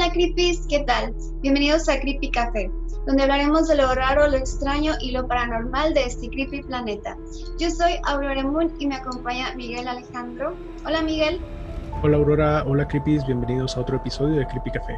Hola Creepies, ¿qué tal? Bienvenidos a Creepy Café, donde hablaremos de lo raro, lo extraño y lo paranormal de este creepy planeta. Yo soy Aurora Moon y me acompaña Miguel Alejandro. Hola Miguel. Hola Aurora, hola Creepies, bienvenidos a otro episodio de Creepy Café.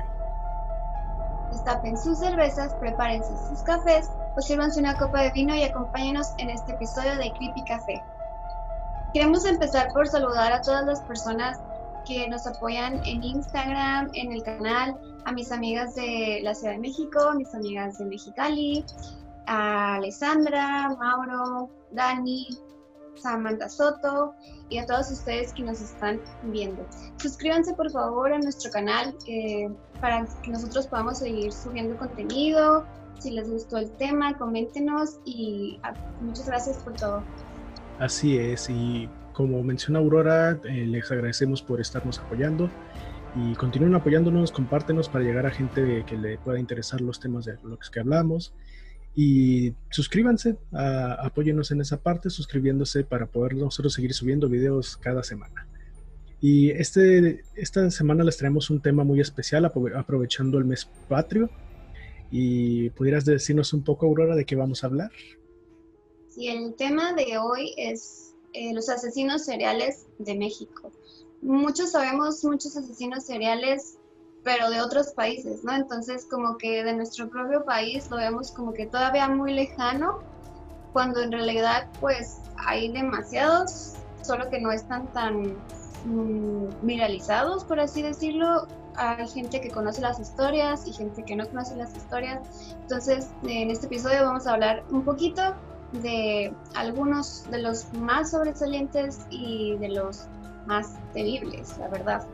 Destapen sus cervezas, prepárense sus cafés o sírvanse una copa de vino y acompáñenos en este episodio de Creepy Café. Queremos empezar por saludar a todas las personas que nos apoyan en Instagram, en el canal, a mis amigas de la Ciudad de México, a mis amigas de Mexicali, a Alessandra, Mauro, Dani, Samantha Soto y a todos ustedes que nos están viendo. Suscríbanse por favor a nuestro canal para que nosotros podamos seguir subiendo contenido. Si les gustó el tema, coméntenos y muchas gracias por todo. Así es, y como menciona Aurora, les agradecemos por estarnos apoyando y continúen apoyándonos, compártenos para llegar a gente que le pueda interesar los temas de los que hablamos. Y suscríbanse, apóyennos en esa parte, suscribiéndose para poder nosotros seguir subiendo videos cada semana. Y esta semana les traemos un tema muy especial, aprovechando el mes patrio. ¿Y pudieras decirnos un poco, Aurora, de qué vamos a hablar? Sí, el tema de hoy es los asesinos seriales de México. Muchos sabemos muchos asesinos seriales, pero de otros países, ¿no? Entonces, como que de nuestro propio país lo vemos como que todavía muy lejano, cuando en realidad, pues, hay demasiados, solo que no están tan viralizados, por así decirlo. Hay gente que conoce las historias y gente que no conoce las historias. Entonces, en este episodio vamos a hablar un poquito de algunos de los más sobresalientes y de los más temibles, la verdad.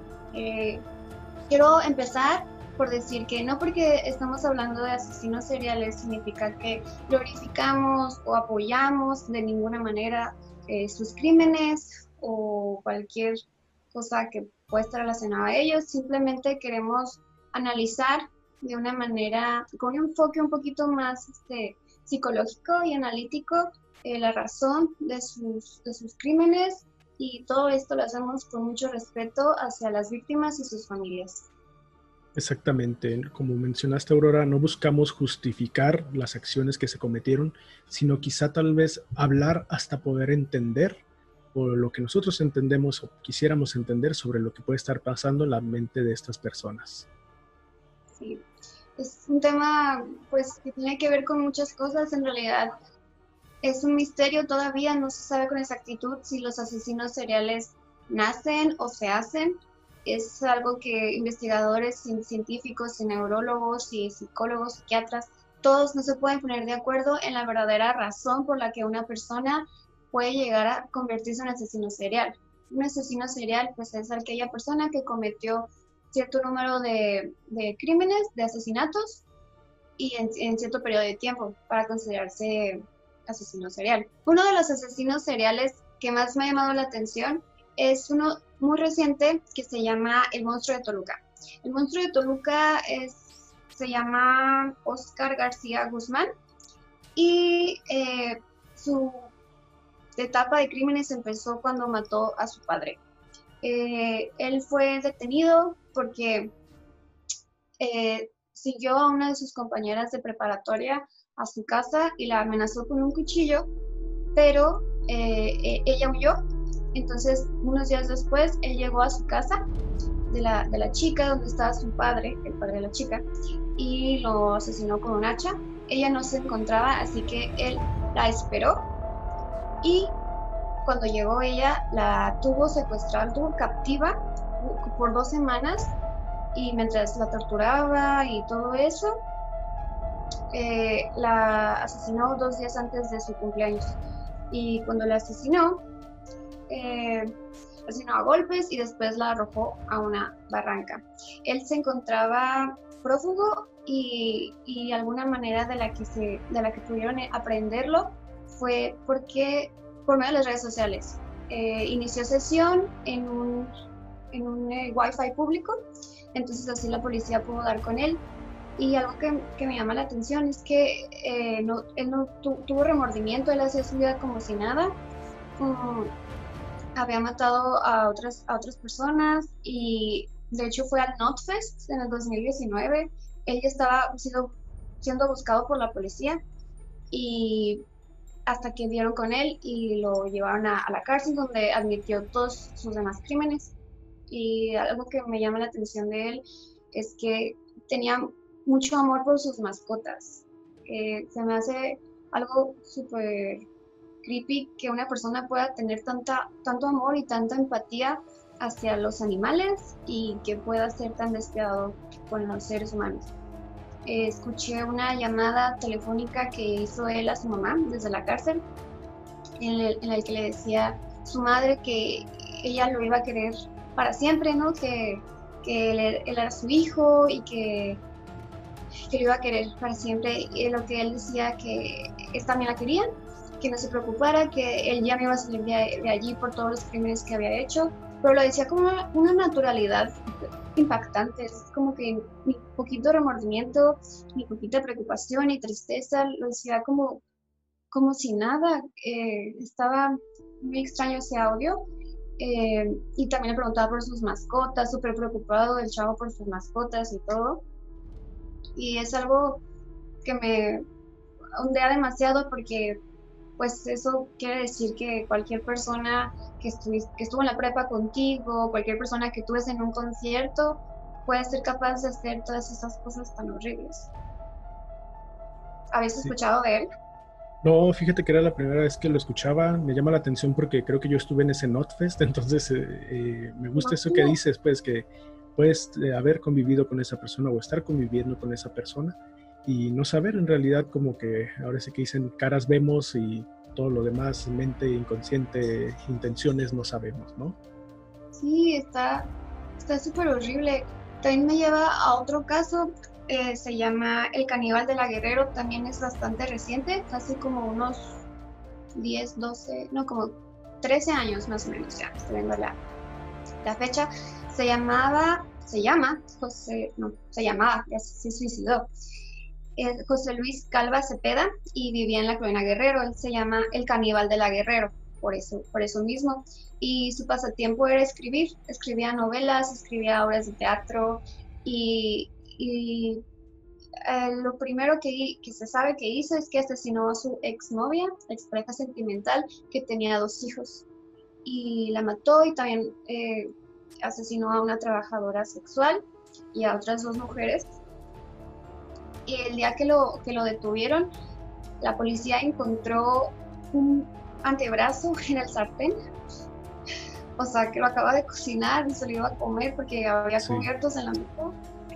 Quiero empezar por decir que no porque estamos hablando de asesinos seriales significa que glorificamos o apoyamos de ninguna manera sus crímenes o cualquier cosa que pueda estar relacionada a ellos. Simplemente queremos analizar de una manera, con un enfoque un poquito más psicológico y analítico, la razón de sus crímenes, y todo esto lo hacemos con mucho respeto hacia las víctimas y sus familias. Exactamente, como mencionaste, Aurora, no buscamos justificar las acciones que se cometieron, sino quizá tal vez hablar hasta poder entender, o lo que nosotros entendemos o quisiéramos entender sobre lo que puede estar pasando en la mente de estas personas. Sí, es un tema pues que tiene que ver con muchas cosas. En realidad es un misterio, todavía no se sabe con exactitud si los asesinos seriales nacen o se hacen. Es algo que investigadores, científicos, neurólogos y psicólogos, psiquiatras, todos no se pueden poner de acuerdo en la verdadera razón por la que una persona puede llegar a convertirse en un asesino serial. Un asesino serial pues es aquella persona que cometió cierto número de crímenes, de asesinatos, y en cierto periodo de tiempo para considerarse asesino serial. Uno de los asesinos seriales que más me ha llamado la atención es uno muy reciente que se llama El Monstruo de Toluca. El Monstruo de Toluca se llama Oscar García Guzmán, y su etapa de crímenes empezó cuando mató a su padre. Él fue detenido porque siguió a una de sus compañeras de preparatoria a su casa y la amenazó con un cuchillo, pero ella huyó. Entonces, unos días después, él llegó a su casa de la chica, donde estaba su padre, el padre de la chica, y lo asesinó con un hacha. Ella no se encontraba, así que él la esperó, y cuando llegó ella, la tuvo secuestrada, la tuvo captiva por 2 semanas, y mientras la torturaba y todo eso, la asesinó 2 días antes de su cumpleaños. Y cuando la asesinó a golpes y después la arrojó a una barranca. Él se encontraba prófugo, y alguna manera de la que pudieron aprenderlo fue porque por medio de las redes sociales. Inició sesión en un Wi-Fi público, entonces así la policía pudo dar con él. Y algo que me llama la atención es que él no tuvo remordimiento, él hacía su vida como si nada. Había matado a otras personas, y De hecho, fue al NotFest en el 2019. Él ya estaba siendo buscado por la policía y hasta que dieron con él y lo llevaron a la cárcel donde admitió todos sus demás crímenes. Y algo que me llama la atención de él es que tenía mucho amor por sus mascotas. Se me hace algo súper creepy que una persona pueda tener tanto amor y tanta empatía hacia los animales y que pueda ser tan despiadado con los seres humanos. Escuché una llamada telefónica que hizo él a su mamá desde la cárcel, en el que le decía su madre que ella lo iba a querer para siempre, ¿no? Que él era su hijo y que lo iba a querer para siempre. Y lo que él decía que él también la quería, que no se preocupara, que él ya no iba a salir de allí por todos los crímenes que había hecho, pero lo decía con una naturalidad impactante. Es como que ni poquito remordimiento, ni poquita preocupación, ni tristeza, lo decía como si nada. Estaba muy extraño ese audio. Y también le preguntaba por sus mascotas, súper preocupado el chavo por sus mascotas y todo. Y es algo que me ondea demasiado porque pues eso quiere decir que cualquier persona que estuvo en la prepa contigo, cualquier persona que tú ves en un concierto, puede ser capaz de hacer todas esas cosas tan horribles. ¿Habéis Sí. escuchado de él? No, fíjate que era la primera vez que lo escuchaba. Me llama la atención porque creo que yo estuve en ese NotFest, entonces me gusta eso que dices, pues que puedes haber convivido con esa persona o estar conviviendo con esa persona y no saber en realidad, como que ahora sí que dicen caras vemos y todo lo demás, mente inconsciente, intenciones no sabemos, ¿no? Sí, está súper horrible. También me lleva a otro caso, se llama El Caníbal de la Guerrero, también es bastante reciente, hace como unos 10, 12, no, como 13 años más o menos, ya estoy viendo la fecha. Se llama José, no, se llamaba, ya se suicidó. José Luis Calva Cepeda y vivía en la colonia Guerrero. Él se llama El Caníbal de la Guerrero, por eso mismo. Y su pasatiempo era escribir. Escribía novelas, escribía obras de teatro y lo primero que se sabe que hizo es que asesinó a su exnovia, expareja sentimental, que tenía 2 hijos. Y la mató y también asesinó a una trabajadora sexual y a otras 2 mujeres. Y el día que lo detuvieron, la policía encontró un antebrazo en el sartén. O sea, que lo acaba de cocinar y se lo iba a comer porque había Sí. cubiertos en la mesa.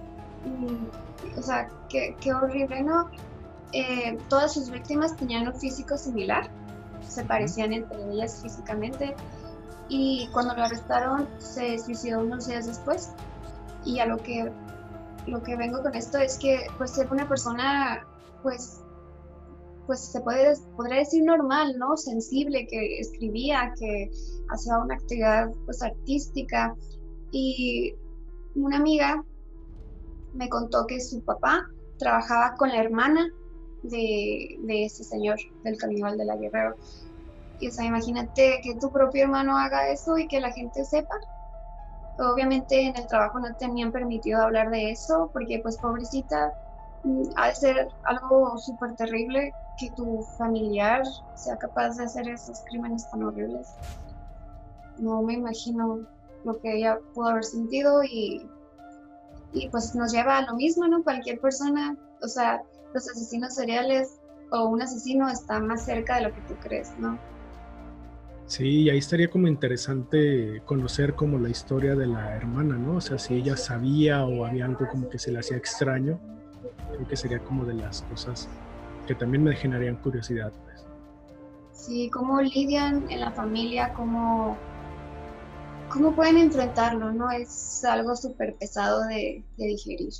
O sea, qué horrible, ¿no? Todas sus víctimas tenían un físico similar, se parecían entre ellas físicamente. Y cuando lo arrestaron, se suicidó unos días después. Y a lo que vengo con esto es que pues ser una persona pues se podría decir normal, ¿no? Sensible, que escribía, que hacía una actividad pues artística. Y una amiga me contó que su papá trabajaba con la hermana de ese señor, del caníbal de la Guerrero. Y o sea, imagínate que tu propio hermano haga eso y que la gente sepa. Obviamente en el trabajo no tenían permitido hablar de eso porque pues pobrecita, ha de ser algo súper terrible que tu familiar sea capaz de hacer esos crímenes tan horribles. No me imagino lo que ella pudo haber sentido y pues nos lleva a lo mismo, ¿no? Cualquier persona, o sea, los asesinos seriales o un asesino está más cerca de lo que tú crees, ¿no? Sí, y ahí estaría como interesante conocer como la historia de la hermana, ¿no? O sea, si ella sabía o había algo como que se le hacía extraño, creo que sería como de las cosas que también me generarían curiosidad, pues. Sí, cómo lidian en la familia, cómo pueden enfrentarlo, ¿no? Es algo súper pesado de digerir.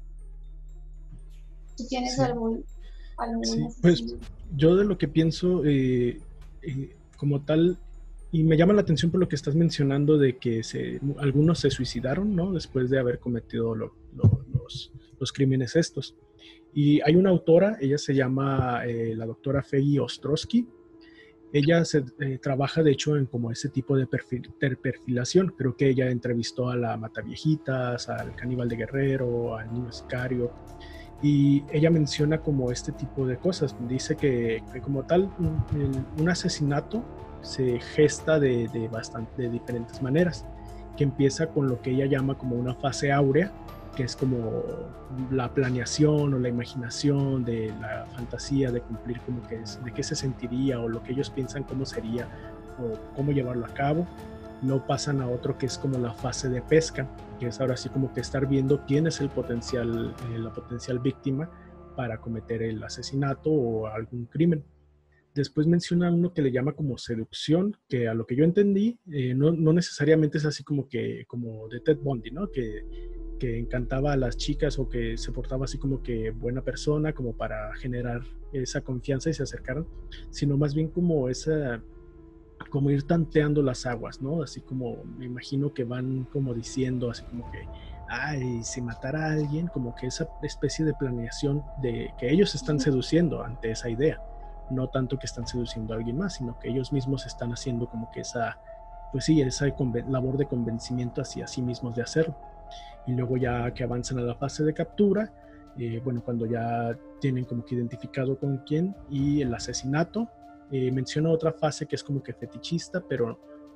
¿Tú tienes Sí, algún sí, pues asesino? yo de lo que pienso como tal, y me llama la atención por lo que estás mencionando de que algunos se suicidaron, ¿no? Después de haber cometido los crímenes estos. Y hay una autora, ella se llama la doctora Feggy Ostrowski. Ella trabaja, de hecho, en como ese tipo de perfilación. Creo que ella entrevistó a la Mataviejitas, al Caníbal de Guerrero, al Niño Sicario, y ella menciona como este tipo de cosas. Dice que como tal, un asesinato se gesta de diferentes maneras, que empieza con lo que ella llama como una fase áurea, que es como la planeación o la imaginación de la fantasía de cumplir como que es, de qué se sentiría o lo que ellos piensan cómo sería o cómo llevarlo a cabo. No pasan a otro que es como la fase de pesca, que es ahora sí como que estar viendo quién es el potencial, la potencial víctima para cometer el asesinato o algún crimen. Después menciona uno que le llama como seducción, que a lo que yo entendí, no necesariamente es así como que como de Ted Bundy, ¿no? Que encantaba a las chicas o que se portaba así como que buena persona, como para generar esa confianza y se acercaran, sino más bien como esa, como ir tanteando las aguas, ¿no? Así como me imagino que van como diciendo así como que, ay, si matara a alguien, como que esa especie de planeación de que ellos están seduciendo ante esa idea, no tanto que están seduciendo a alguien más, sino que ellos mismos están haciendo como que esa, pues sí, esa labor de convencimiento hacia sí mismos de hacerlo. Y luego ya que avanzan a la fase de captura, bueno, cuando ya tienen como que identificado con quién y el asesinato, menciona otra fase que es como que fetichista, pero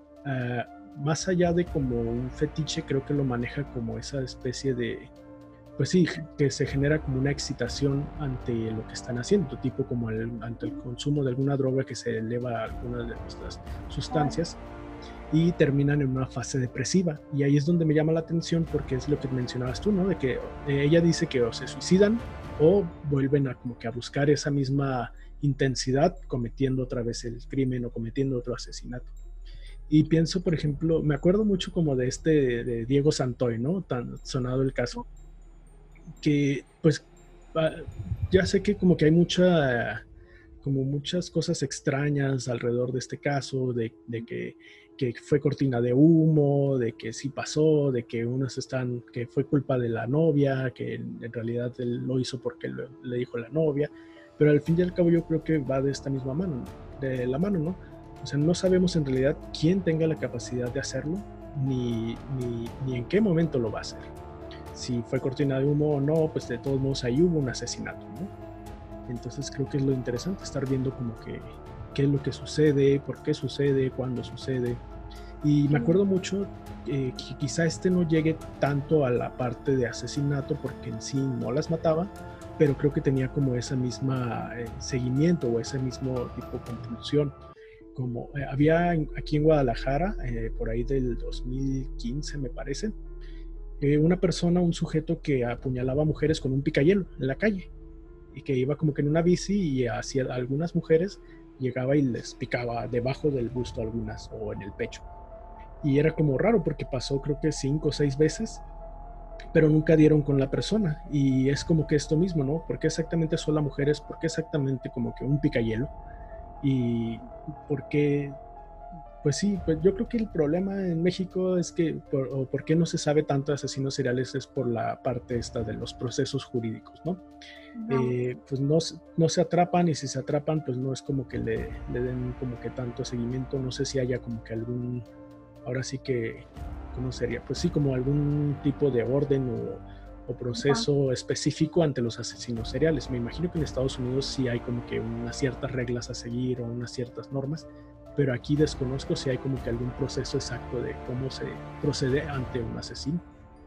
más allá de como un fetiche, creo que lo maneja como esa especie de, pues sí, que se genera como una excitación ante lo que están haciendo, tipo como ante el consumo de alguna droga que se eleva a alguna de nuestras sustancias, y terminan en una fase depresiva. Y ahí es donde me llama la atención porque es lo que mencionabas tú, ¿no? De que ella dice que o se suicidan o vuelven a como que a buscar esa misma intensidad cometiendo otra vez el crimen o cometiendo otro asesinato. Y pienso, por ejemplo, me acuerdo mucho como de de Diego Santoy, ¿no? Tan sonado el caso, que pues ya sé que como que hay como muchas cosas extrañas alrededor de este caso, de que fue cortina de humo, de que sí pasó, de que unos están, que fue culpa de la novia, que en realidad él lo hizo porque le dijo la novia, pero al fin y al cabo yo creo que va de esta misma mano, de la mano, ¿no? O sea, no sabemos en realidad quién tenga la capacidad de hacerlo, ni en qué momento lo va a hacer. Si fue cortina de humo o no, pues de todos modos ahí hubo un asesinato, ¿no? Entonces creo que es lo interesante, estar viendo como que qué es lo que sucede, por qué sucede, cuándo sucede. Y me acuerdo mucho que quizá no llegue tanto a la parte de asesinato porque en sí no las mataba, pero creo que tenía como esa misma seguimiento o ese mismo tipo de compulsión. Como había aquí en Guadalajara, por ahí del 2015 me parece, una persona, un sujeto que apuñalaba a mujeres con un picayelo en la calle y que iba como que en una bici y hacia algunas mujeres llegaba y les picaba debajo del busto algunas o en el pecho. Y era como raro porque pasó creo que 5 o 6 veces, pero nunca dieron con la persona. Y es como que esto mismo, ¿no? ¿Por qué exactamente solo mujeres? ¿Por qué exactamente como que un picayelo? Y por qué, pues sí, pues yo creo que el problema en México es que, o por qué no se sabe tanto de asesinos seriales, es por la parte esta de los procesos jurídicos, ¿no? Pues no se atrapan, y si se atrapan, pues no es como que le den como que tanto seguimiento. No sé si haya como que algún, ahora sí que, ¿cómo sería? Pues sí, como algún tipo de orden o proceso específico ante los asesinos seriales. Me imagino que en Estados Unidos sí hay como que unas ciertas reglas a seguir o unas ciertas normas, pero aquí desconozco si hay como que algún proceso exacto de cómo se procede ante un asesino.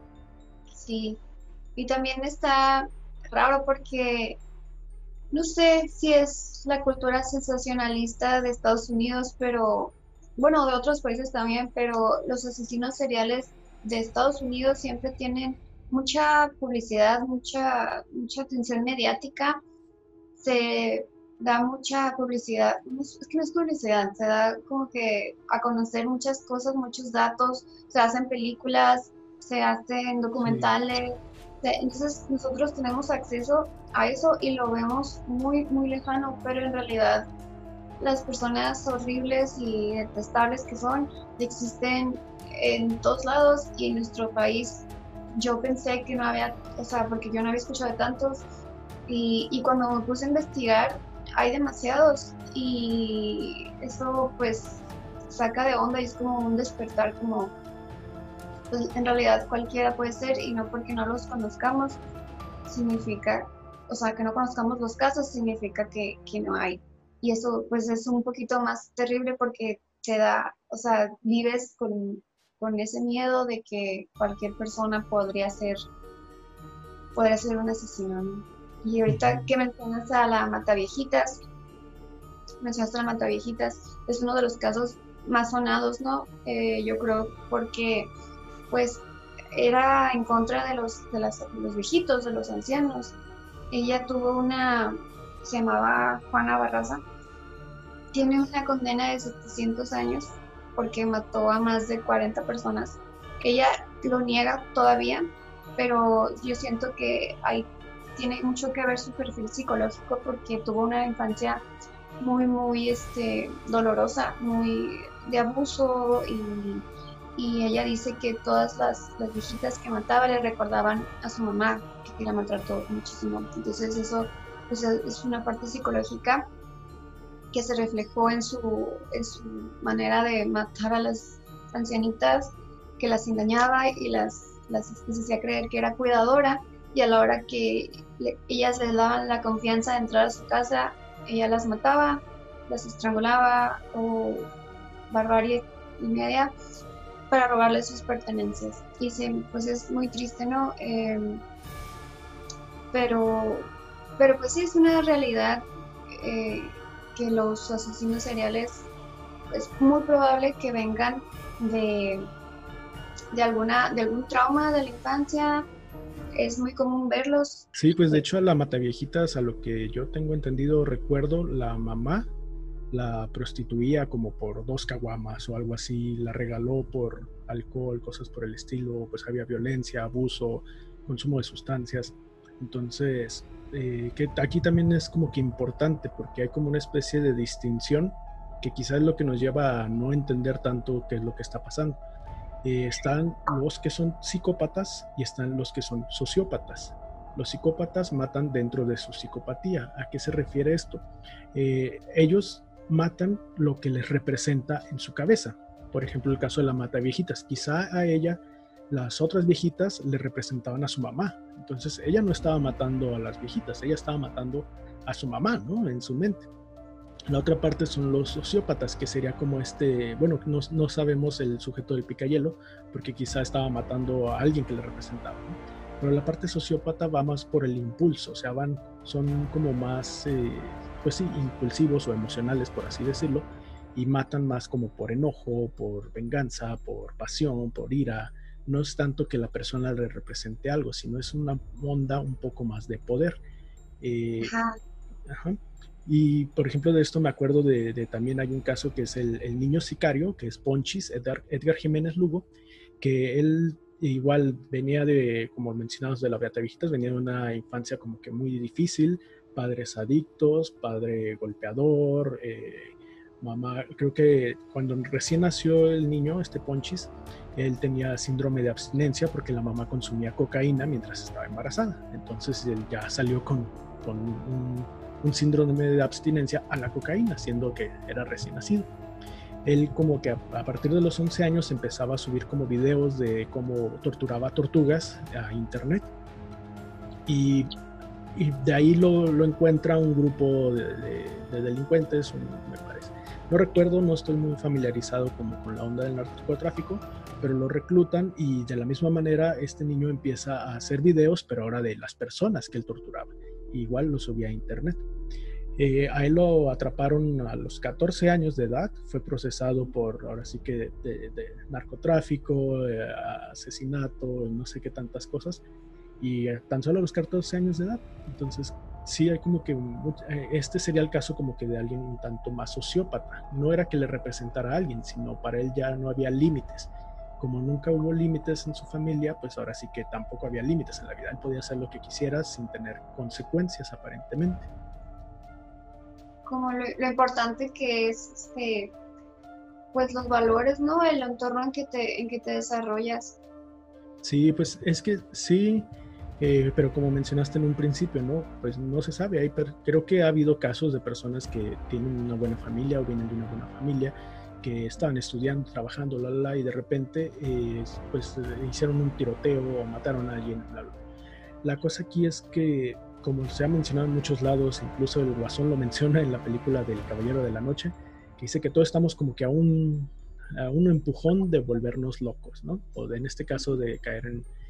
Sí, y también está raro porque no sé si es la cultura sensacionalista de Estados Unidos, pero bueno, de otros países también, pero los asesinos seriales de Estados Unidos siempre tienen mucha publicidad, mucha atención mediática, se da mucha publicidad, es que no es publicidad, se da como que a conocer muchas cosas, muchos datos, se hacen películas, se hacen documentales, entonces nosotros tenemos acceso a eso y lo vemos muy, muy lejano, pero en realidad las personas horribles y detestables que son existen en todos lados y en nuestro país. Yo pensé que no había, o sea, porque yo no había escuchado de tantos y cuando me puse a investigar hay demasiados y eso pues saca de onda y es como un despertar, como pues, en realidad cualquiera puede ser y no porque no los conozcamos significa, o sea, que no conozcamos los casos significa que no hay. Y eso pues es un poquito más terrible porque te da, o sea, vives con ese miedo de que cualquier persona podría ser un asesino, ¿no? Y ahorita que mencionas a la Mataviejitas, mencionaste a la Mataviejitas, es uno de los casos más sonados, ¿no? Yo creo porque pues era en contra de los viejitos, de los ancianos. Ella tuvo se llamaba Juana Barraza, tiene una condena de 700 años porque mató a más de 40 personas. Ella lo niega todavía, pero yo siento que tiene mucho que ver su perfil psicológico porque tuvo una infancia muy dolorosa, muy de abuso y ella dice que todas las viejitas que mataba le recordaban a su mamá, que la maltrató muchísimo. Entonces eso pues, es una parte psicológica que se reflejó en su manera de matar a las ancianitas, que las engañaba y las hacía creer que era cuidadora, y a la hora que ellas les daban la confianza de entrar a su casa, ella las mataba, las estrangulaba o barbarie y media para robarles sus pertenencias. Y sí, pues es muy triste, ¿no? Pero, pero pues sí es una realidad eh, que los asesinos seriales es muy probable que vengan de, de algún trauma de la infancia. Es muy común verlos. Sí, pues de hecho a la Mataviejitas, a lo que yo tengo entendido, recuerdo, la mamá la prostituía como por 2 caguamas o algo así, la regaló por alcohol, cosas por el estilo, pues había violencia, abuso, consumo de sustancias. Entonces, que aquí también es como que importante porque hay como una especie de distinción que quizás es lo que nos lleva a no entender tanto qué es lo que está pasando. Están los que son psicópatas y están los que son sociópatas. Los psicópatas matan dentro de su psicopatía. ¿A qué se refiere esto? Ellos matan lo que les representa en su cabeza. Por ejemplo, el caso de la Mataviejitas. Quizá a ella las otras viejitas le representaban a su mamá. Entonces ella no estaba matando a las viejitas, ella estaba matando a su mamá, ¿no? En su mente. La otra parte son los sociópatas, que sería como bueno, no sabemos el sujeto del picayelo, porque quizá estaba matando a alguien que le representaba, ¿no? Pero la parte sociópata va más por el impulso, o sea, son como más, pues sí, impulsivos o emocionales, por así decirlo, y matan más como por enojo, por venganza, por pasión, por ira. No es tanto que la persona le represente algo, sino es una onda un poco más de poder. Eh, Ajá. ajá. Y por ejemplo de esto me acuerdo también hay un caso que es el niño sicario, que es Ponchis, Edgar Jiménez Lugo, que él igual venía como mencionamos, de la Beata Viejitas, venía de una infancia como que muy difícil, padres adictos, padre golpeador, mamá, creo que cuando recién nació el niño, Ponchis, él tenía síndrome de abstinencia porque la mamá consumía cocaína mientras estaba embarazada, entonces él ya salió con un síndrome de abstinencia a la cocaína, siendo que era recién nacido. Él como que a partir de los 11 años empezaba a subir como videos de cómo torturaba tortugas a internet y de ahí lo encuentra un grupo de delincuentes, me parece. No recuerdo, no estoy muy familiarizado como con la onda del narcotráfico, pero lo reclutan y de la misma manera este niño empieza a hacer videos, pero ahora de las personas que él torturaba. Igual lo subía a internet. A él lo atraparon a los 14 años de edad, fue procesado por, ahora sí que, de narcotráfico, asesinato, no sé qué tantas cosas, y tan solo a los 14 años de edad. Entonces, sí hay como que, este sería el caso como que de alguien un tanto más sociópata. No era que le representara a alguien, sino para él ya no había límites. Como nunca hubo límites en su familia, pues ahora sí que tampoco había límites en la vida. Él podía hacer lo que quisiera sin tener consecuencias aparentemente. Como lo importante que es pues los valores, ¿no? El entorno en que te desarrollas. Sí, pues es que sí, Pero como mencionaste en un principio, ¿no? Pues no se sabe. Creo que ha habido casos de personas que tienen una buena familia o vienen de una buena familia, que estaban estudiando, trabajando, y de repente hicieron un tiroteo o mataron a alguien. La cosa aquí es que, como se ha mencionado en muchos lados, incluso el Guasón lo menciona en la película del Caballero de la Noche, que dice que todos estamos como que a un empujón de volvernos locos, ¿no? O en este caso de caer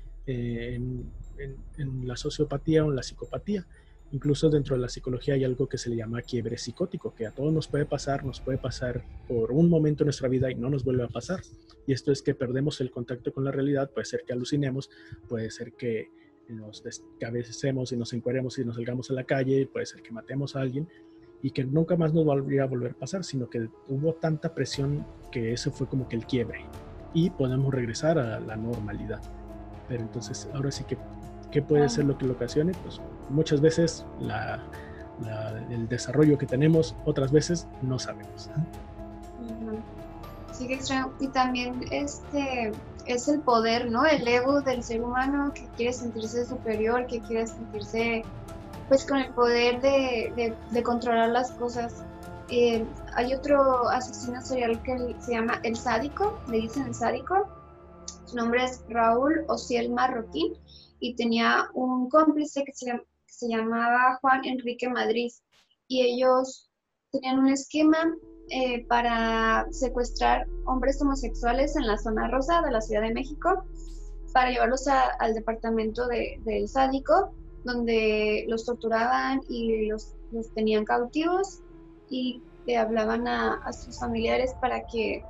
en la sociopatía o en la psicopatía. Incluso dentro de la psicología hay algo que se le llama quiebre psicótico, que a todos nos puede pasar por un momento en nuestra vida y no nos vuelve a pasar. Y esto es que perdemos el contacto con la realidad, puede ser que alucinemos, puede ser que nos descabecemos y nos encueremos y nos salgamos a la calle, puede ser que matemos a alguien y que nunca más nos volvería a volver a pasar, sino que hubo tanta presión que ese fue como que el quiebre y podemos regresar a la normalidad. Pero entonces, ahora sí que, ¿qué puede ser lo que lo ocasione? Pues muchas veces el desarrollo que tenemos, otras veces no sabemos. Sí, que extraño. Y también es el poder, ¿no? El ego del ser humano que quiere sentirse superior, que quiere sentirse pues con el poder de controlar las cosas. Hay otro asesino serial que se llama El Sádico, le dicen El Sádico. Su nombre es Raúl Ociel Marroquín y tenía un cómplice que se llamaba Juan Enrique Madrid, y ellos tenían un esquema para secuestrar hombres homosexuales en la zona rosa de la Ciudad de México, para llevarlos al departamento del sádico, donde los torturaban y los tenían cautivos, y le hablaban a sus familiares para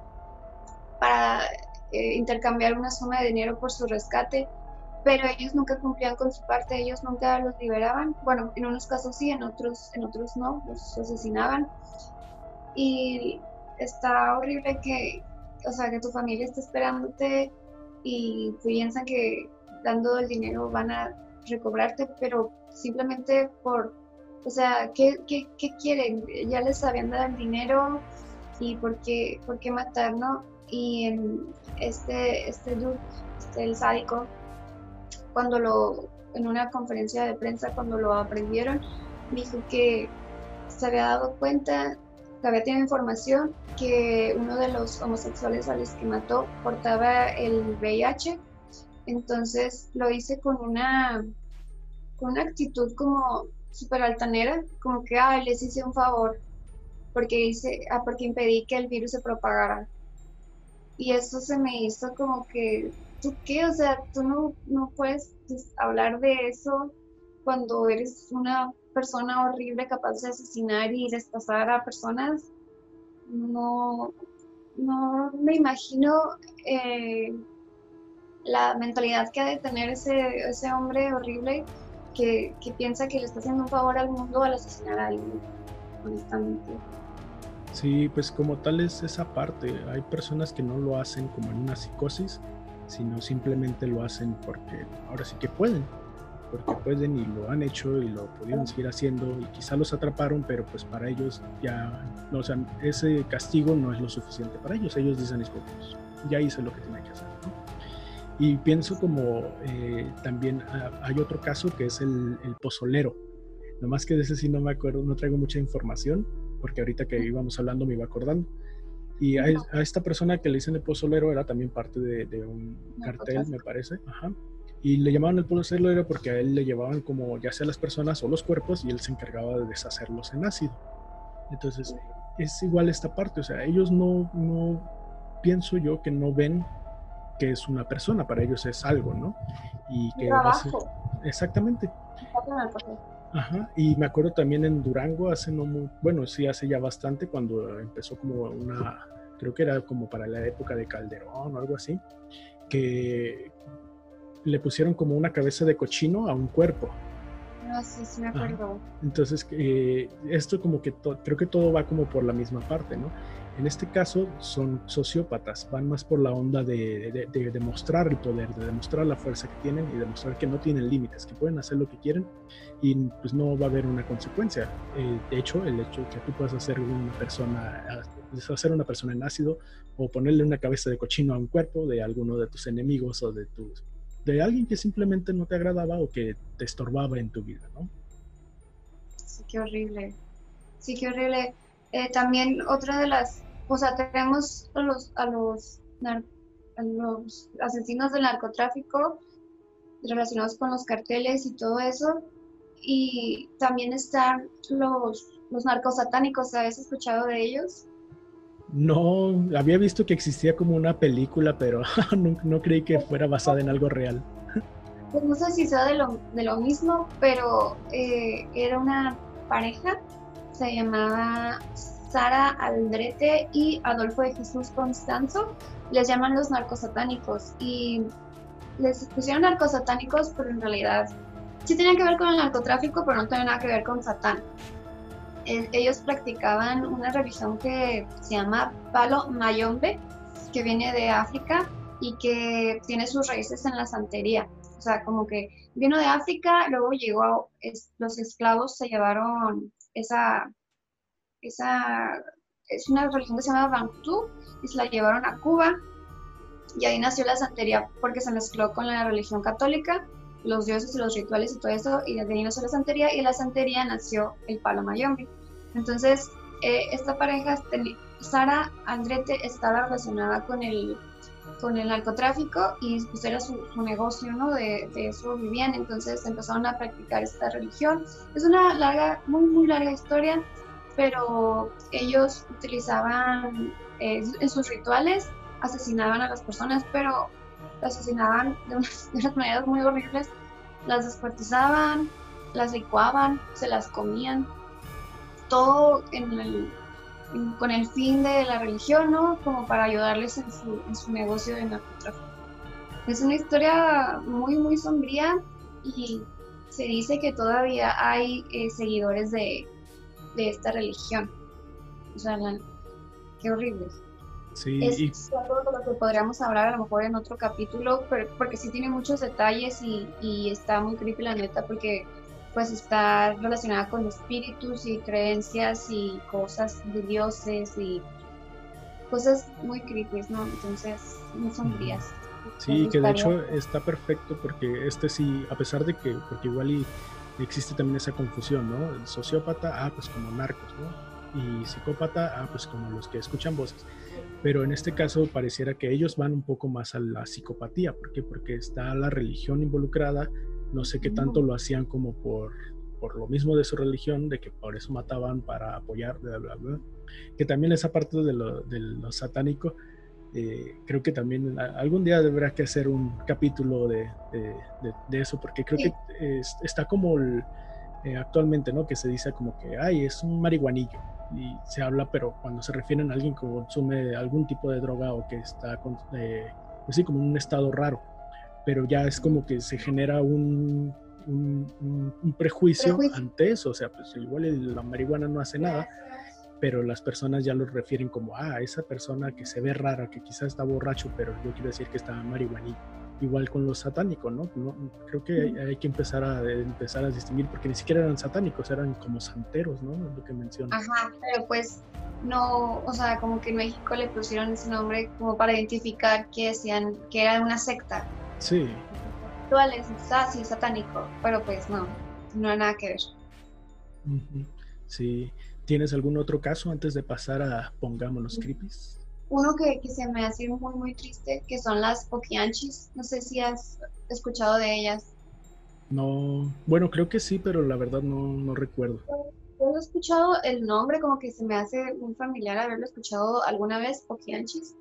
intercambiar una suma de dinero por su rescate, pero ellos nunca cumplían con su parte, ellos nunca los liberaban. Bueno, en unos casos sí, en otros no, los asesinaban. Y está horrible que tu familia esté esperándote y piensan que dando el dinero van a recobrarte, pero simplemente ¿qué quieren? Ya les habían dado el dinero, y ¿por qué matar, no? Y en dude, el sádico, en una conferencia de prensa, cuando lo aprendieron, dijo que se había dado cuenta, que había tenido información que uno de los homosexuales a los que mató portaba el VIH. Entonces lo hice con una actitud como súper altanera, como que les hice un favor porque impedí que el virus se propagara. Y eso se me hizo como que, ¿tú qué? O sea, tú no puedes hablar de eso cuando eres una persona horrible capaz de asesinar y despazar a personas. No me imagino la mentalidad que ha de tener ese hombre horrible que piensa que le está haciendo un favor al mundo al asesinar a alguien, honestamente. Sí, pues como tal es esa parte. Hay personas que no lo hacen como en una psicosis, sino simplemente lo hacen porque ahora sí que pueden, y lo han hecho y lo pudieron seguir haciendo y quizá los atraparon, pero pues para ellos ya, o sea, ese castigo no es lo suficiente para ellos. Ellos dicen, pues, ya hice lo que tenía que hacer, ¿no? Y pienso como también hay otro caso que es el pozolero. Nomás que de ese sí no me acuerdo, no traigo mucha información, porque ahorita que íbamos hablando me iba acordando. Y a esta persona que le dicen el pozolero era también parte de un cartel, me parece. Ajá. Y le llamaban el pozolero porque a él le llevaban como ya sea las personas o los cuerpos, y él se encargaba de deshacerlos en ácido. Entonces es igual esta parte, o sea, ellos no pienso yo que no ven que es una persona, para ellos es algo, ¿no? Y que trabajo. Exactamente. Ajá, y me acuerdo también en Durango hace ya bastante, cuando empezó como creo que era como para la época de Calderón o algo así, que le pusieron como una cabeza de cochino a un cuerpo. No, sí me acuerdo. Ajá. Entonces, esto como que creo que todo va como por la misma parte, ¿no? En este caso son sociópatas, van más por la onda de demostrar el poder, de demostrar la fuerza que tienen y demostrar que no tienen límites, que pueden hacer lo que quieren y pues no va a haber una consecuencia. De hecho, el hecho de que tú puedas deshacer una persona en ácido o ponerle una cabeza de cochino a un cuerpo de alguno de tus enemigos o de de alguien que simplemente no te agradaba o que te estorbaba en tu vida, ¿no? Sí, qué horrible. Sí, qué horrible. También otra de las, o sea, tenemos a los asesinos del narcotráfico relacionados con los carteles y todo eso. Y también están los narcos satánicos. ¿Habías escuchado de ellos? No, había visto que existía como una película, pero no creí que fuera basada en algo real. Pues no sé si sea de lo mismo, pero era una pareja, se llamaba Sara Aldrete y Adolfo de Jesús Constanzo, les llaman los narcosatánicos y les pusieron narcosatánicos, pero en realidad sí tenían que ver con el narcotráfico, pero no tenían nada que ver con Satán. Ellos practicaban una religión que se llama Palo Mayombe, que viene de África y que tiene sus raíces en la santería. O sea, como que vino de África, luego llegó, los esclavos se llevaron es una religión que se llama Bantu y se la llevaron a Cuba y ahí nació la santería porque se mezcló con la religión católica, los dioses y los rituales y todo eso, y de ahí nació la santería y de la santería nació el palo mayombe. Entonces, esta pareja, Sara Aldrete, estaba relacionada con el narcotráfico y pues era su negocio, ¿no? De eso vivían, entonces empezaron a practicar esta religión. Es una larga, muy, muy larga historia, pero ellos utilizaban en sus rituales, asesinaban a las personas, pero las asesinaban de unas maneras muy horribles, las descuartizaban, las licuaban, se las comían, todo con el fin de la religión, ¿no? Como para ayudarles en su negocio de narcotráfico. Es una historia muy, muy sombría y se dice que todavía hay seguidores de esta religión. O sea, qué horrible. Sí, Es algo de lo que podríamos hablar a lo mejor en otro capítulo, pero, porque sí tiene muchos detalles y está muy creepy la neta, porque pues está relacionada con espíritus y creencias y cosas de dioses y cosas muy creepy, ¿no? Entonces, muy sombrías. Sí, que de hecho está perfecto porque sí, a pesar de que, porque igual y existe también esa confusión, ¿no? El sociópata, pues como narcos, ¿no? Y psicópata, pues como los que escuchan voces. Pero en este caso pareciera que ellos van un poco más a la psicopatía. ¿Por qué? Porque está la religión involucrada. No sé qué tanto lo hacían como por lo mismo de su religión, de que por eso mataban para apoyar, bla, bla, bla. Que también esa parte de lo satánico, creo que también algún día deberá que hacer un capítulo de eso, porque creo que está como actualmente, ¿no? Que se dice como que, ay, es un marihuanillo. Y se habla, pero cuando se refieren a alguien que consume algún tipo de droga o que está, pues sí, como en un estado raro. Pero ya es como que se genera un prejuicio ante eso. O sea, pues igual la marihuana no hace nada, pero las personas ya lo refieren como, esa persona que se ve rara, que quizás está borracho, pero yo quiero decir que está marihuanillo. Igual con los satánicos, ¿no? Creo que hay que empezar a distinguir, porque ni siquiera eran satánicos, eran como santeros, ¿no? Es lo que mencionas. Ajá, pero pues no, o sea, como que en México le pusieron ese nombre como para identificar que decían que era una secta. Sí. Rituales, sí, satánico, pero pues no hay nada que ver. Sí. ¿Tienes algún otro caso antes de pasar a Pongámonos Creepies? Uno que se me hace muy, muy triste, que son las Poquianchis. No sé si has escuchado de ellas. No, bueno, creo que sí, pero la verdad no recuerdo. Yo he escuchado el nombre, como que se me hace muy familiar haberlo escuchado alguna vez, Poquianchis.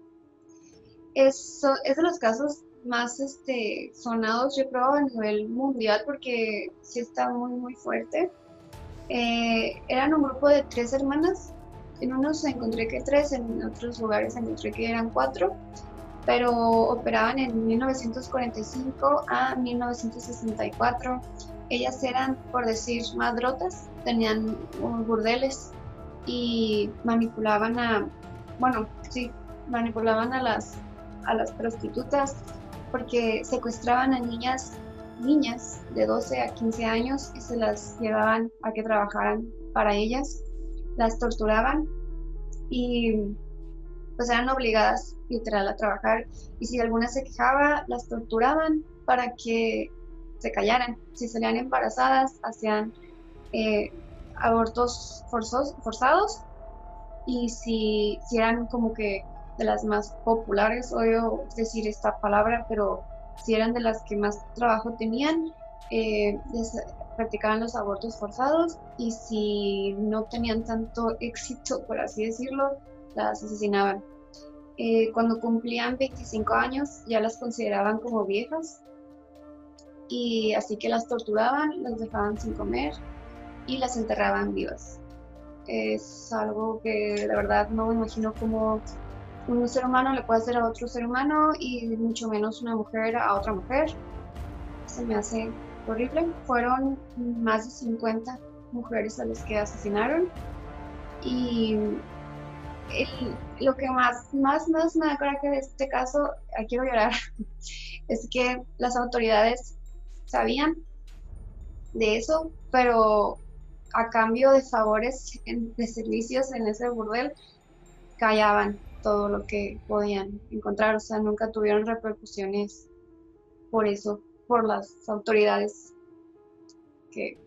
Es de los casos más sonados, yo creo, a nivel mundial, porque sí está muy, muy fuerte. Eran un grupo de 3 hermanas. En unos encontré que 3, en otros lugares encontré que eran 4, pero operaban en 1945 a 1964. Ellas eran, por decir, madrotas, tenían burdeles y manipulaban manipulaban a las prostitutas, porque secuestraban a niñas de 12 a 15 años y se las llevaban a que trabajaran para ellas, las torturaban y pues eran obligadas literal a trabajar, y si alguna se quejaba, las torturaban para que se callaran. Si salían embarazadas, hacían abortos forzados, y si eran como que de las más populares, odio decir esta palabra, pero si eran de las que más trabajo tenían, practicaban los abortos forzados, y si no tenían tanto éxito, por así decirlo, las asesinaban. Cuando cumplían 25 años ya las consideraban como viejas, y así que las torturaban, las dejaban sin comer y las enterraban vivas. Es algo que la verdad no me imagino cómo un ser humano le puede hacer a otro ser humano, y mucho menos una mujer a otra mujer. Se me hace horrible. Fueron más de 50 mujeres a las que asesinaron, y lo que más me da coraje de este caso, quiero llorar, es que las autoridades sabían de eso, pero a cambio de favores, de servicios en ese burdel, callaban todo lo que podían encontrar. O sea, nunca tuvieron repercusiones por eso, por las autoridades. Que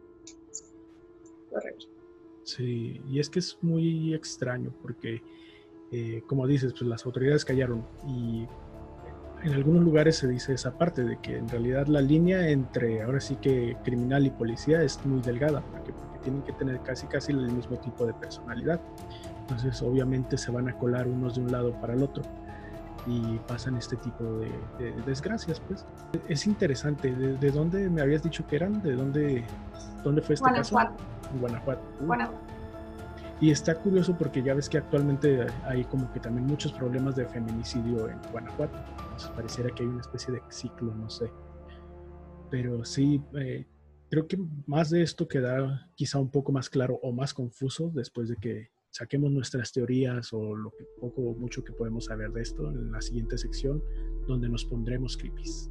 horrible. Sí, y es que es muy extraño porque, como dices, pues las autoridades callaron, y en algunos lugares se dice esa parte de que en realidad la línea entre ahora sí que criminal y policía es muy delgada, porque tienen que tener casi el mismo tipo de personalidad. Entonces obviamente se van a colar unos de un lado para el otro y pasan este tipo de desgracias, pues. Es interesante. ¿De dónde me habías dicho que eran? ¿De dónde fue este caso? En Guanajuato. Y está curioso porque ya ves que actualmente hay como que también muchos problemas de feminicidio en Guanajuato. Entonces pareciera que hay una especie de ciclo, no sé. Pero sí, creo que más de esto queda quizá un poco más claro o más confuso después de que saquemos nuestras teorías o lo que poco o mucho que podemos saber de esto en la siguiente sección, donde nos pondremos creepies.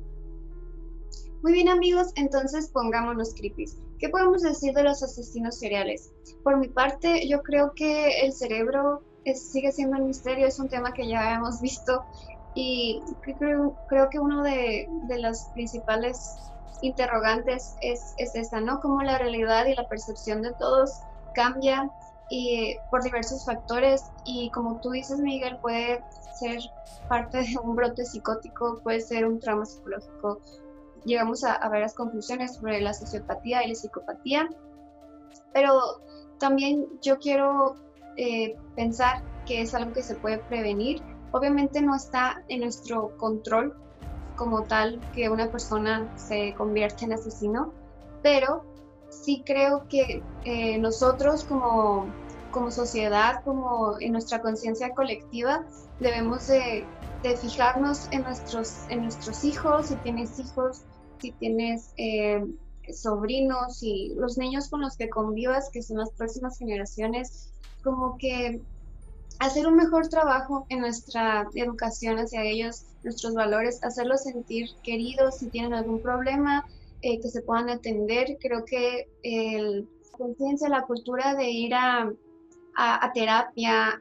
Muy bien, amigos, entonces pongámonos creepies. ¿Qué podemos decir de los asesinos seriales? Por mi parte, yo creo que el cerebro sigue siendo un misterio, es un tema que ya hemos visto, y creo que uno de las principales interrogantes es esa, ¿no? Cómo la realidad y la percepción de todos cambia por diversos factores, y como tú dices, Miguel, puede ser parte de un brote psicótico, puede ser un trauma psicológico. Llegamos a varias conclusiones sobre la sociopatía y la psicopatía, pero también yo quiero pensar que es algo que se puede prevenir. Obviamente no está en nuestro control como tal que una persona se convierta en asesino, pero sí creo que nosotros como sociedad, como en nuestra conciencia colectiva, debemos de fijarnos en nuestros hijos, si tienes hijos, si tienes sobrinos y los niños con los que convivas, que son las próximas generaciones, como que hacer un mejor trabajo en nuestra educación hacia ellos, nuestros valores, hacerlos sentir queridos si tienen algún problema, que se puedan atender. Creo que la conciencia, la cultura de ir a terapia,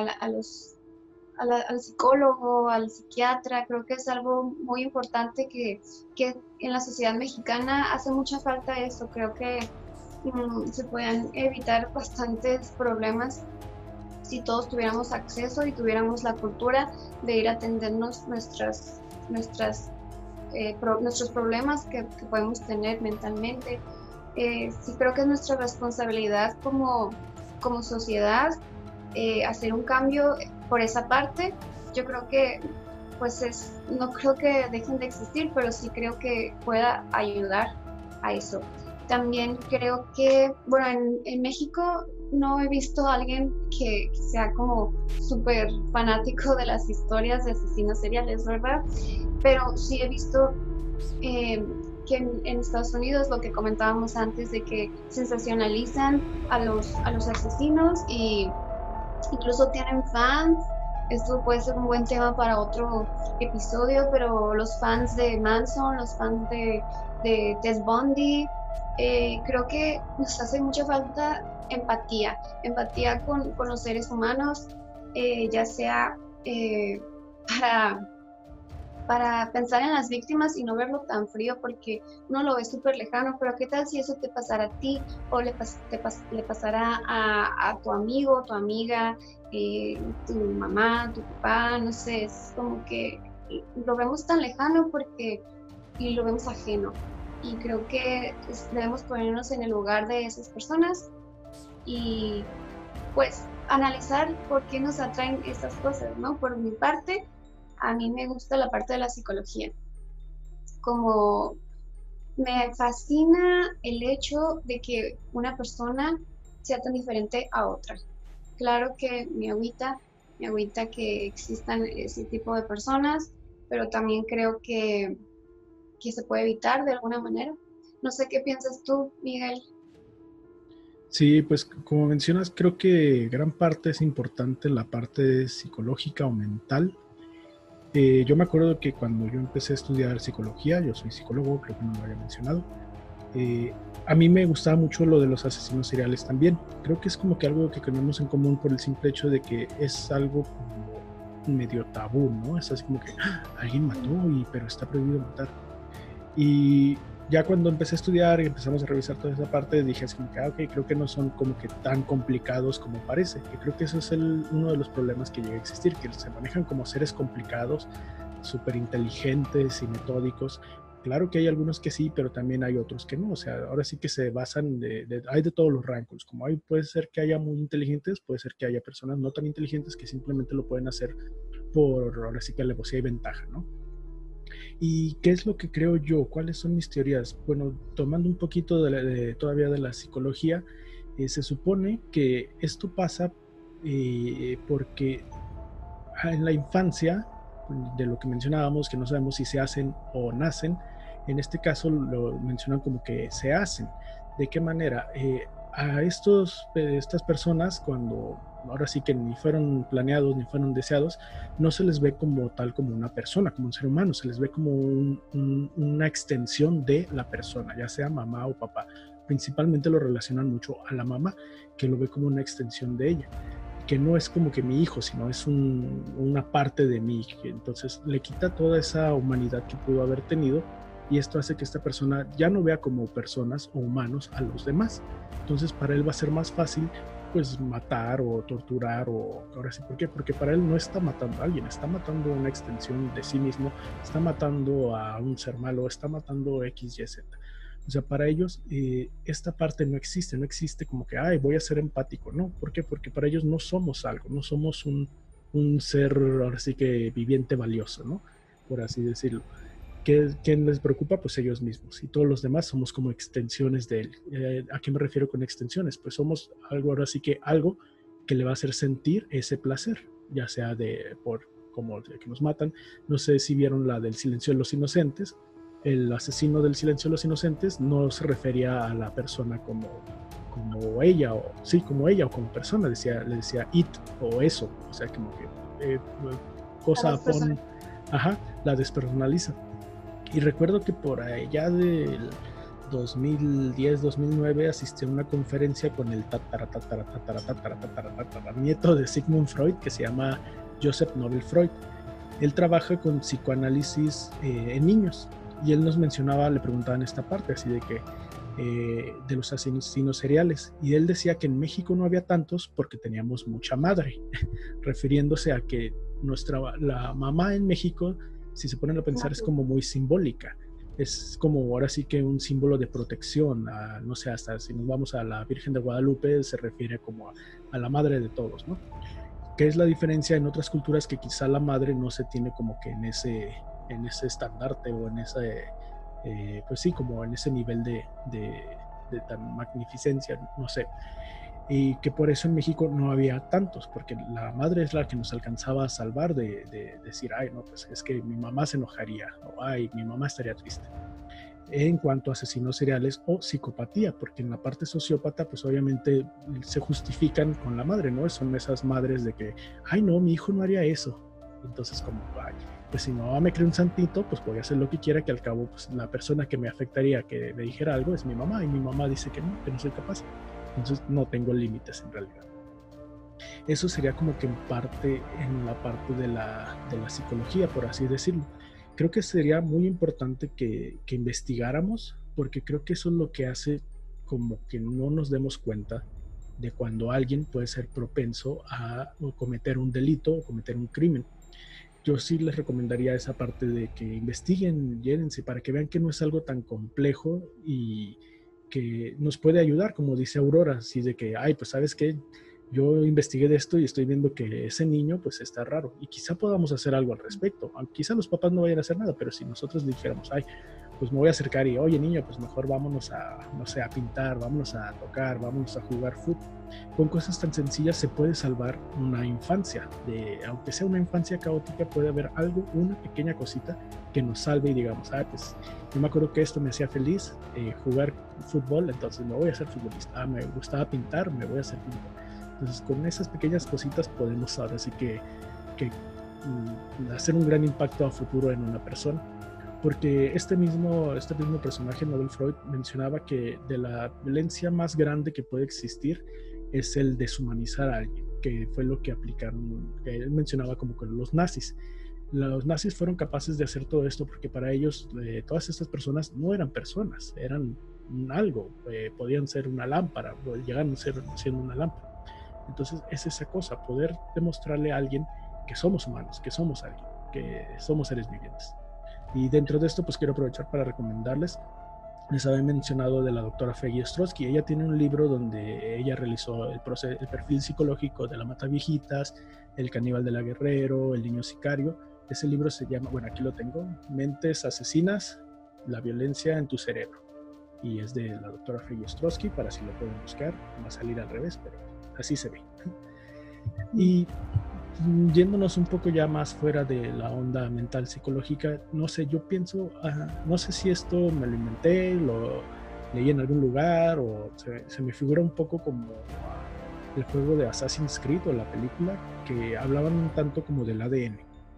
al psicólogo, al psiquiatra, creo que es algo muy importante que en la sociedad mexicana hace mucha falta eso. Creo que se pueden evitar bastantes problemas si todos tuviéramos acceso y tuviéramos la cultura de ir a atendernos nuestros problemas que podemos tener mentalmente. Sí creo que es nuestra responsabilidad como sociedad hacer un cambio por esa parte. Yo creo que no creo que dejen de existir, pero sí creo que pueda ayudar a eso. También creo que, bueno, en México no he visto a alguien que sea como súper fanático de las historias de asesinos seriales, ¿verdad? Pero sí he visto que en Estados Unidos, lo que comentábamos antes, de que sensacionalizan a los asesinos y incluso tienen fans. Esto puede ser un buen tema para otro episodio, pero los fans de Manson, los fans de Ted Bundy, creo que nos hace mucha falta empatía con los seres humanos. ya sea para pensar en las víctimas y no verlo tan frío porque uno lo ve súper lejano, pero ¿qué tal si eso te pasara a ti o le pasara a tu amigo, tu amiga, tu mamá, tu papá? No sé, es como que lo vemos tan lejano y lo vemos ajeno. Y creo que debemos ponernos en el lugar de esas personas y pues analizar por qué nos atraen estas cosas, ¿no? Por mi parte, a mí me gusta la parte de la psicología. Como me fascina el hecho de que una persona sea tan diferente a otra. Claro que me agüita que existan ese tipo de personas, pero también creo que se puede evitar de alguna manera. No sé qué piensas tú, Miguel. Sí, pues como mencionas, creo que gran parte es importante la parte psicológica o mental. Yo me acuerdo que cuando yo empecé a estudiar psicología, yo soy psicólogo, creo que no lo había mencionado, eh, a mí me gustaba mucho lo de los asesinos seriales también. Creo que es como que algo que tenemos en común por el simple hecho de que es algo como medio tabú, ¿no? Es así como que alguien mató, pero está prohibido matar. Y ya cuando empecé a estudiar y empezamos a revisar toda esa parte, dije así como que, ok, creo que no son como que tan complicados como parece. Y creo que eso es uno de los problemas que llega a existir, que se manejan como seres complicados, súper inteligentes y metódicos. Claro que hay algunos que sí, pero también hay otros que no. O sea, ahora sí que se basan, hay de todos los rangos. Como hay, puede ser que haya muy inteligentes, puede ser que haya personas no tan inteligentes que simplemente lo pueden hacer por, ahora sí que alevosía y ventaja, ¿no? ¿Y qué es lo que creo yo? ¿Cuáles son mis teorías? Bueno, tomando un poquito todavía de la psicología, se supone que esto pasa porque en la infancia, de lo que mencionábamos, que no sabemos si se hacen o nacen, en este caso lo mencionan como que se hacen. ¿De qué manera? A estas personas, cuando ahora sí que ni fueron planeados ni fueron deseados, no se les ve como tal, como una persona, como un ser humano, se les ve como una extensión de la persona, ya sea mamá o papá. Principalmente lo relacionan mucho a la mamá, que lo ve como una extensión de ella, que no es como que mi hijo, sino es una parte de mí. Entonces le quita toda esa humanidad que pudo haber tenido, y esto hace que esta persona ya no vea como personas o humanos a los demás. Entonces para él va a ser más fácil pues matar o torturar, o ahora sí, ¿por qué? Porque para él no está matando a alguien, está matando una extensión de sí mismo, está matando a un ser malo, está matando X, Y, Z. O sea, para ellos esta parte no existe, no existe como que, ay, voy a ser empático, ¿no? ¿Por qué? Porque para ellos no somos algo, no somos un ser, ahora sí que viviente valioso, ¿no? Por así decirlo. ¿Quién les preocupa? Pues ellos mismos, y todos los demás somos como extensiones de él. ¿A qué me refiero con extensiones? Pues somos algo, ahora sí que algo que le va a hacer sentir ese placer, ya sea por como de que nos matan. No sé si vieron la del Silencio de los Inocentes. El asesino del Silencio de los Inocentes no se refería a la persona como ella, o sí, como ella o como persona, le decía it o eso, o sea, como que cosa pon, ajá, la despersonaliza. Y recuerdo que por allá del 2010-2009 asistí a una conferencia con el nieto de Sigmund Freud, que se llama Joseph Nobel Freud. Él trabaja con psicoanálisis en niños, y él nos mencionaba, le preguntaban esta parte así de que de los asesinos seriales, y él decía que en México no había tantos porque teníamos mucha madre, refiriéndose a que la mamá en México, si se ponen a pensar, es como muy simbólica, es como ahora sí que un símbolo de protección, no sé, hasta si nos vamos a la Virgen de Guadalupe se refiere como a la madre de todos, ¿no? ¿Qué es la diferencia en otras culturas? Que quizá la madre no se tiene como que en ese estandarte, o en ese, pues sí, como en ese nivel de tan magnificencia, no sé. Y que por eso en México no había tantos, porque la madre es la que nos alcanzaba a salvar de decir, ay, no, pues es que mi mamá se enojaría, o ay, mi mamá estaría triste. En cuanto a asesinos seriales o psicopatía, porque en la parte sociópata, pues obviamente se justifican con la madre, ¿no? Son esas madres de que, ay, no, mi hijo no haría eso. Entonces, como, ay, pues si mi mamá me cree un santito, pues voy a hacer lo que quiera, que al cabo, pues la persona que me afectaría que me dijera algo es mi mamá, y mi mamá dice que no soy capaz. Entonces no tengo límites en realidad. Eso sería como que en la parte de la psicología, por así decirlo. Creo que sería muy importante que investigáramos, porque creo que eso es lo que hace como que no nos demos cuenta de cuando alguien puede ser propenso a cometer un delito o cometer un crimen. Yo sí les recomendaría esa parte de que investiguen, llévense, para que vean que no es algo tan complejo y que nos puede ayudar, como dice Aurora, así de que, ay, pues sabes qué, yo investigué de esto y estoy viendo que ese niño pues está raro y quizá podamos hacer algo al respecto. Aunque quizá los papás no vayan a hacer nada, pero si nosotros dijéramos, ay, pues me voy a acercar y, oye niño, pues mejor vámonos a, no sé, a pintar, vámonos a tocar, vámonos a jugar fútbol. Con cosas tan sencillas se puede salvar una infancia. Aunque sea una infancia caótica, puede haber algo, una pequeña cosita que nos salve y digamos, ah, pues yo me acuerdo que esto me hacía feliz, jugar fútbol, entonces me voy a hacer futbolista. Ah, me gustaba pintar, me voy a hacer pintor. Entonces con esas pequeñas cositas podemos ahora sí que hacer un gran impacto a futuro en una persona. Porque este mismo personaje, Nobel Freud, mencionaba que de la violencia más grande que puede existir es el deshumanizar a alguien, que fue lo que aplicaron, que él mencionaba como con los nazis. Los nazis fueron capaces de hacer todo esto porque para ellos todas estas personas no eran personas, eran algo, podían ser una lámpara, llegaron a ser siendo una lámpara. Entonces es esa cosa, poder demostrarle a alguien que somos humanos, que somos alguien, que somos seres vivientes. Y dentro de esto, pues quiero aprovechar para recomendarles. Les había mencionado de la doctora Feggy Ostrowski. Ella tiene un libro donde ella realizó el perfil psicológico de la Mataviejitas, el caníbal de la Guerrero, el niño sicario. Ese libro se llama, bueno, aquí lo tengo, Mentes asesinas, la violencia en tu cerebro. Y es de la doctora Feggy Ostrowski, para si lo pueden buscar. Va a salir al revés, pero así se ve. Y yéndonos un poco ya más fuera de la onda mental psicológica, no sé, yo pienso, no sé si esto me lo inventé, lo leí en algún lugar o se me figura un poco como el juego de Assassin's Creed o la película, que hablaban un tanto como del ADN.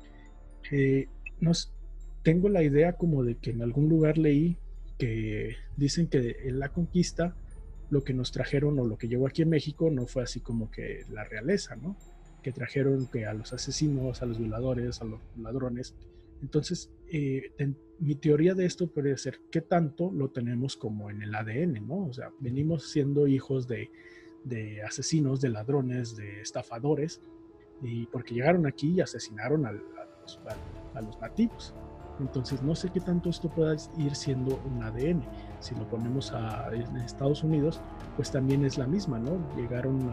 Nos, tengo la idea como de que en algún lugar leí que dicen que en la conquista lo que nos trajeron o lo que llegó aquí en México no fue así como que la realeza, ¿no? Que trajeron que a los asesinos, a los violadores, a los ladrones. Entonces, mi teoría de esto puede ser qué tanto lo tenemos como en el ADN, ¿no? O sea, venimos siendo hijos de asesinos, de ladrones, de estafadores, y porque llegaron aquí y asesinaron a los nativos. Entonces no sé qué tanto esto pueda ir siendo un ADN. Si lo ponemos en Estados Unidos, pues también es la misma, ¿no? Llegaron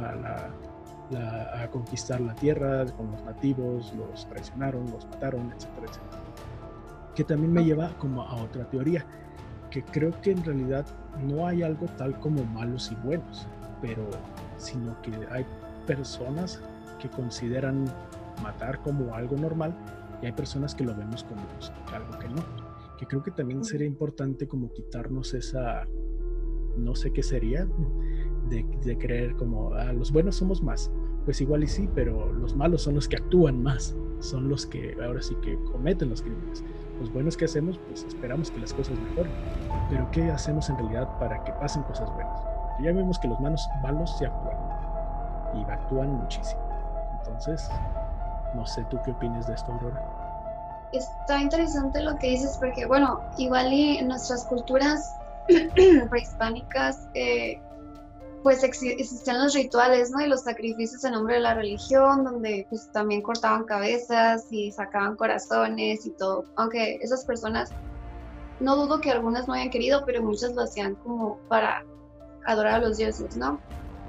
a conquistar la tierra con los nativos, los traicionaron, los mataron, etcétera, etcétera. Que también me lleva como a otra teoría, que creo que en realidad no hay algo tal como malos y buenos, pero sino que hay personas que consideran matar como algo normal y hay personas que lo vemos como algo que no. Que creo que también sería importante como quitarnos esa, no sé qué sería, de creer como, los buenos somos más. Pues igual y sí, pero los malos son los que actúan más, son los que ahora sí que cometen los crímenes. Los buenos que hacemos, pues esperamos que las cosas mejoren. Pero ¿qué hacemos en realidad para que pasen cosas buenas? Porque ya vemos que los malos sí actúan y actúan muchísimo. Entonces, no sé tú qué opinas de esto, Aurora. Está interesante lo que dices, porque bueno, igual y en nuestras culturas prehispánicas, pues existían los rituales, ¿no? Y los sacrificios en nombre de la religión, donde pues también cortaban cabezas y sacaban corazones y todo. Aunque esas personas, no dudo que algunas no hayan querido, pero muchas lo hacían como para adorar a los dioses, ¿no?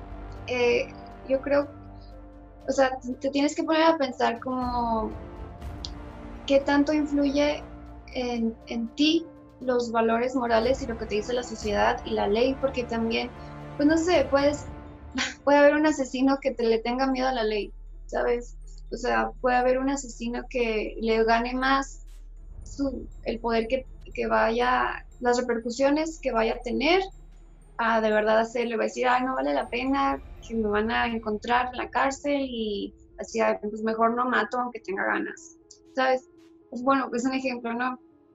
Yo creo, o sea, te tienes que poner a pensar como qué tanto influye en ti los valores morales y lo que te dice la sociedad y la ley, porque también, pues no sé, puede haber un asesino que le tenga miedo a la ley, ¿sabes? O sea, puede haber un asesino que le gane más el poder que vaya, las repercusiones que vaya a tener, a de verdad hacerle, va a decir, ay, no vale la pena, que me van a encontrar en la cárcel y así, pues mejor no mato aunque tenga ganas, ¿sabes? Pues bueno, es un ejemplo, ¿no?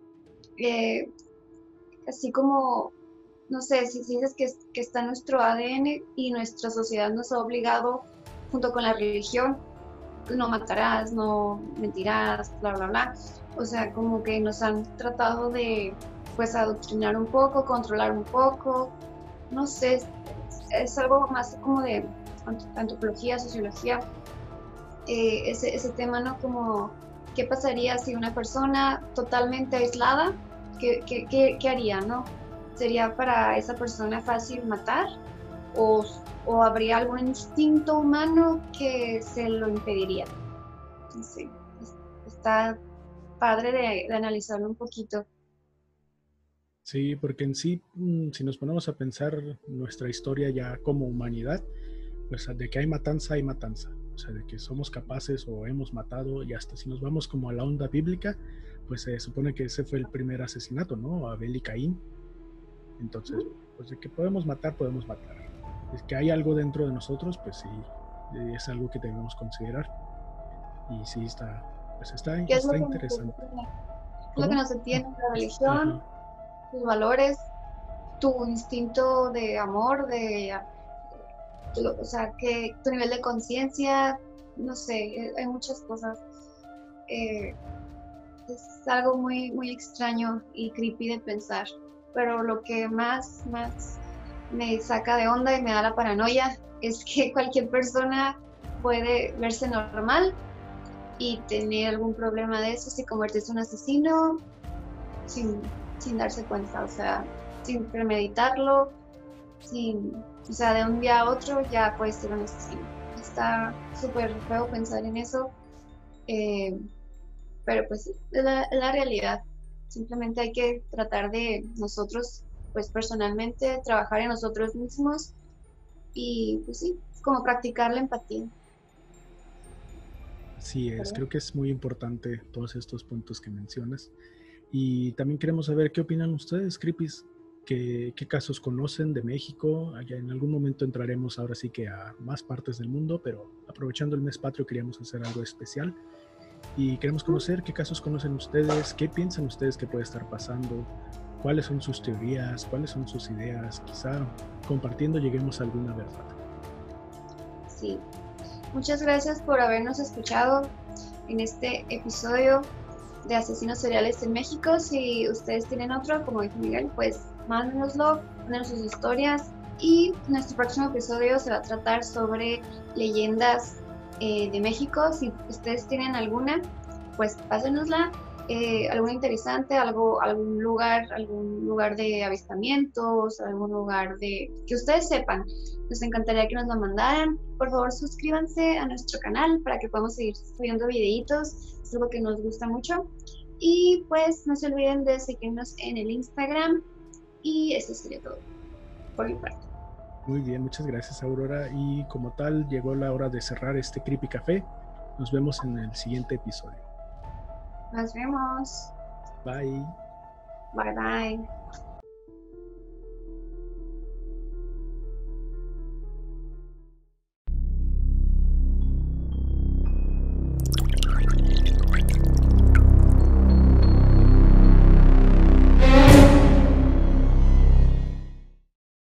Así como, no sé, si dices que está en nuestro ADN y nuestra sociedad nos ha obligado junto con la religión, no matarás, no mentirás, bla, bla, bla. O sea, como que nos han tratado de, pues, adoctrinar un poco, controlar un poco. No sé, es algo más como de antropología, sociología, ese tema, ¿no? Como, ¿qué pasaría si una persona totalmente aislada, qué haría, no? ¿Sería para esa persona fácil matar? ¿O, o habría algún instinto humano que se lo impediría? Sí, está padre de analizarlo un poquito. Sí, porque en sí, si nos ponemos a pensar nuestra historia ya como humanidad, pues de que hay matanza, hay matanza. O sea, de que somos capaces o hemos matado, y hasta si nos vamos como a la onda bíblica, pues se supone que ese fue el primer asesinato, ¿no? Abel y Caín. Entonces, pues de que podemos matar, podemos matar. Es que hay algo dentro de nosotros, pues sí, es algo que debemos considerar. Y sí, pues ¿Qué es está interesante. lo que ¿Cómo? nos detiene? La religión, Ajá. tus valores, tu instinto de amor, o sea, que tu nivel de conciencia, no sé, hay muchas cosas. Eh, es algo muy, muy extraño y creepy de pensar, pero lo que más me saca de onda y me da la paranoia es que cualquier persona puede verse normal y tener algún problema de eso, si convertirse en un asesino sin, sin darse cuenta, o sea, sin premeditarlo, o sea, de un día a otro ya puede ser un asesino. Está súper feo pensar en eso, eh, pero pues sí, es la realidad. Simplemente hay que tratar de nosotros, pues personalmente, trabajar en nosotros mismos y pues sí, como practicar la empatía. Así es, ¿Verdad? creo que es muy importante todos estos puntos que mencionas. Y también queremos saber qué opinan ustedes, Creepies, qué casos conocen de México. Allá en algún momento entraremos ahora sí que a más partes del mundo, pero aprovechando el mes patrio queríamos hacer algo especial y queremos conocer qué casos conocen ustedes, qué piensan ustedes que puede estar pasando, cuáles son sus teorías, cuáles son sus ideas. Quizá compartiendo lleguemos a alguna verdad. Sí. Muchas gracias por habernos escuchado en este episodio de asesinos seriales en México. Si ustedes tienen otro, como dijo Miguel, pues mándenoslo, mándenos sus historias. Y nuestro próximo episodio se va a tratar sobre leyendas de México. Si ustedes tienen alguna, pues pásenosla. Alguna interesante, algún lugar de avistamientos, algún lugar de que ustedes sepan. Nos encantaría que nos lo mandaran. Por favor, suscríbanse a nuestro canal para que podamos seguir subiendo videitos. Es algo que nos gusta mucho. Y pues no se olviden de seguirnos en el Instagram. Y eso sería todo por mi parte. Muy bien, muchas gracias, Aurora. Y como tal, llegó la hora de cerrar este Creepy Café. Nos vemos en el siguiente episodio. Nos vemos. Bye. Bye bye.